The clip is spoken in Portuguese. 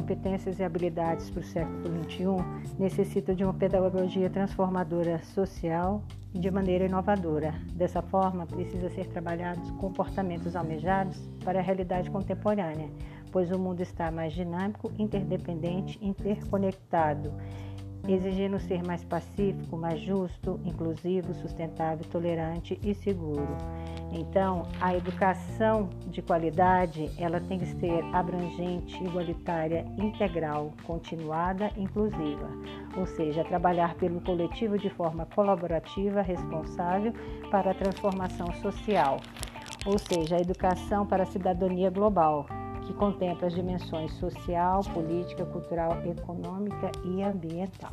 competências e habilidades para o século XXI necessita de uma pedagogia transformadora social e de maneira inovadora. Dessa forma, precisa ser trabalhados comportamentos almejados para a realidade contemporânea, pois o mundo está mais dinâmico, interdependente, interconectado, exigindo ser mais pacífico, mais justo, inclusivo, sustentável, tolerante e seguro. Então, a educação de qualidade, ela tem que ser abrangente, igualitária, integral, continuada, inclusiva. Ou seja, trabalhar pelo coletivo de forma colaborativa, responsável para a transformação social. Ou seja, a educação para a cidadania global, que contempla as dimensões social, política, cultural, econômica e ambiental.